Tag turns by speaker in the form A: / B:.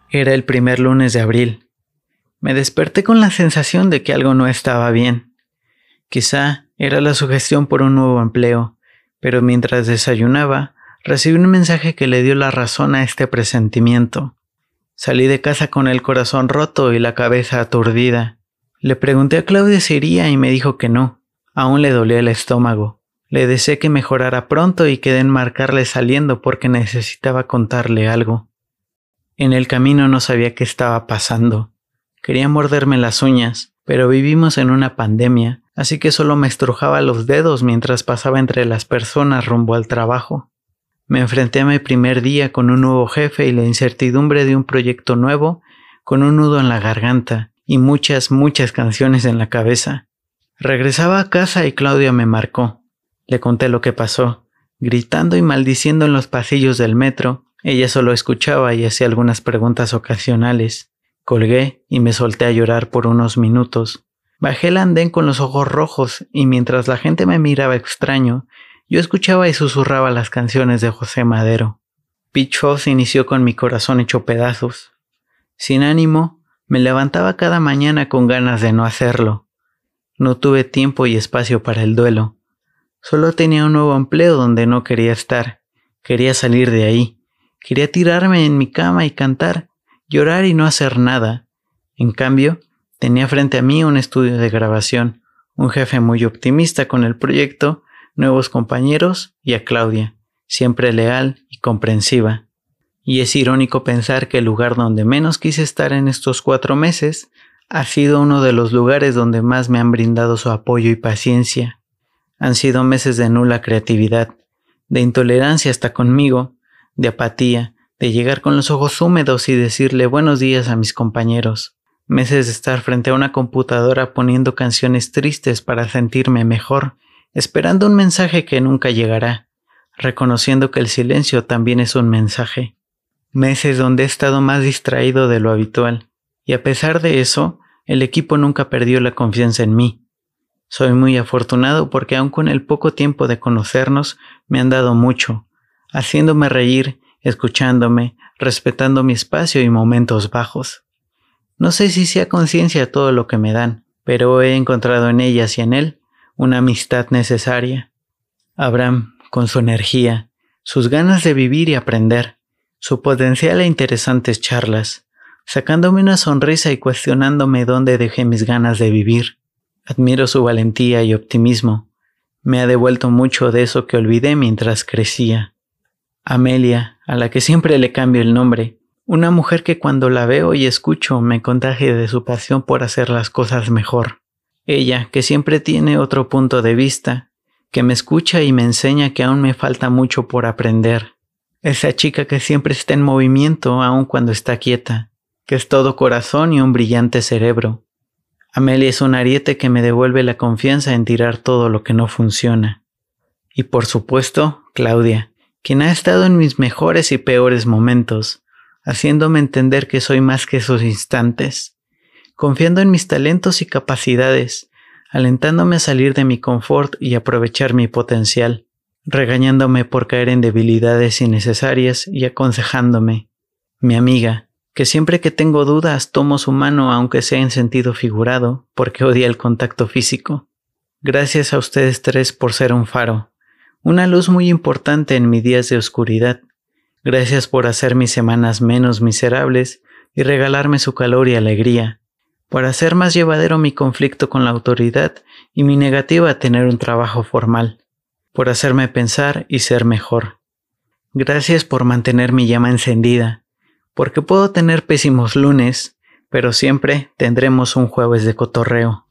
A: Era el primer lunes de abril. Me desperté con la sensación de que algo no estaba bien. Quizá era la sugestión por un nuevo empleo, pero mientras desayunaba, recibí un mensaje que le dio la razón a este presentimiento. Salí de casa con el corazón roto y la cabeza aturdida. Le pregunté a Claudia si iría y me dijo que no. Aún le dolía el estómago. Le deseé que mejorara pronto y quedé en marcarle saliendo porque necesitaba contarle algo. En el camino no sabía qué estaba pasando. Quería morderme las uñas, pero vivimos en una pandemia, así que solo me estrujaba los dedos mientras pasaba entre las personas rumbo al trabajo. Me enfrenté a mi primer día con un nuevo jefe y la incertidumbre de un proyecto nuevo, con un nudo en la garganta y muchas canciones en la cabeza. Regresaba a casa y Claudia me marcó. Le conté lo que pasó, gritando y maldiciendo en los pasillos del metro. Ella solo escuchaba y hacía algunas preguntas ocasionales. Colgué y me solté a llorar por unos minutos. Bajé el andén con los ojos rojos y mientras la gente me miraba extraño, yo escuchaba y susurraba las canciones de José Madero. Beach House inició con mi corazón hecho pedazos. Sin ánimo, me levantaba cada mañana con ganas de no hacerlo. No tuve tiempo y espacio para el duelo. Solo tenía un nuevo empleo donde no quería estar. Quería salir de ahí. Quería tirarme en mi cama y cantar, llorar y no hacer nada. En cambio, tenía frente a mí un estudio de grabación, un jefe muy optimista con el proyecto, nuevos compañeros y a Claudia, siempre leal y comprensiva. Y es irónico pensar que el lugar donde menos quise estar en estos 4 meses ha sido uno de los lugares donde más me han brindado su apoyo y paciencia. Han sido meses de nula creatividad, de intolerancia hasta conmigo, de apatía, de llegar con los ojos húmedos y decirle buenos días a mis compañeros. Meses de estar frente a una computadora poniendo canciones tristes para sentirme mejor, esperando un mensaje que nunca llegará, reconociendo que el silencio también es un mensaje. Meses donde he estado más distraído de lo habitual, y a pesar de eso, el equipo nunca perdió la confianza en mí. Soy muy afortunado porque aun con el poco tiempo de conocernos, me han dado mucho, haciéndome reír, escuchándome, respetando mi espacio y momentos bajos. No sé si sea conciencia todo lo que me dan, pero he encontrado en ellas y en él una amistad necesaria. Abraham, con su energía, sus ganas de vivir y aprender, su potencial e interesantes charlas, sacándome una sonrisa y cuestionándome dónde dejé mis ganas de vivir. Admiro su valentía y optimismo. Me ha devuelto mucho de eso que olvidé mientras crecía. Amelia, a la que siempre le cambio el nombre, una mujer que cuando la veo y escucho me contagia de su pasión por hacer las cosas mejor. Ella, que siempre tiene otro punto de vista, que me escucha y me enseña que aún me falta mucho por aprender. Esa chica que siempre está en movimiento aun cuando está quieta, que es todo corazón y un brillante cerebro. Amelia es un ariete que me devuelve la confianza en tirar todo lo que no funciona. Y por supuesto, Claudia, quien ha estado en mis mejores y peores momentos, haciéndome entender que soy más que esos instantes, confiando en mis talentos y capacidades, alentándome a salir de mi confort y aprovechar mi potencial, regañándome por caer en debilidades innecesarias y aconsejándome. Mi amiga, que siempre que tengo dudas tomo su mano aunque sea en sentido figurado, porque odia el contacto físico. Gracias a ustedes 3 por ser un faro, una luz muy importante en mis días de oscuridad. Gracias por hacer mis semanas menos miserables y regalarme su calor y alegría, por hacer más llevadero mi conflicto con la autoridad y mi negativa a tener un trabajo formal, por hacerme pensar y ser mejor. Gracias por mantener mi llama encendida, porque puedo tener pésimos lunes, pero siempre tendremos un jueves de cotorreo.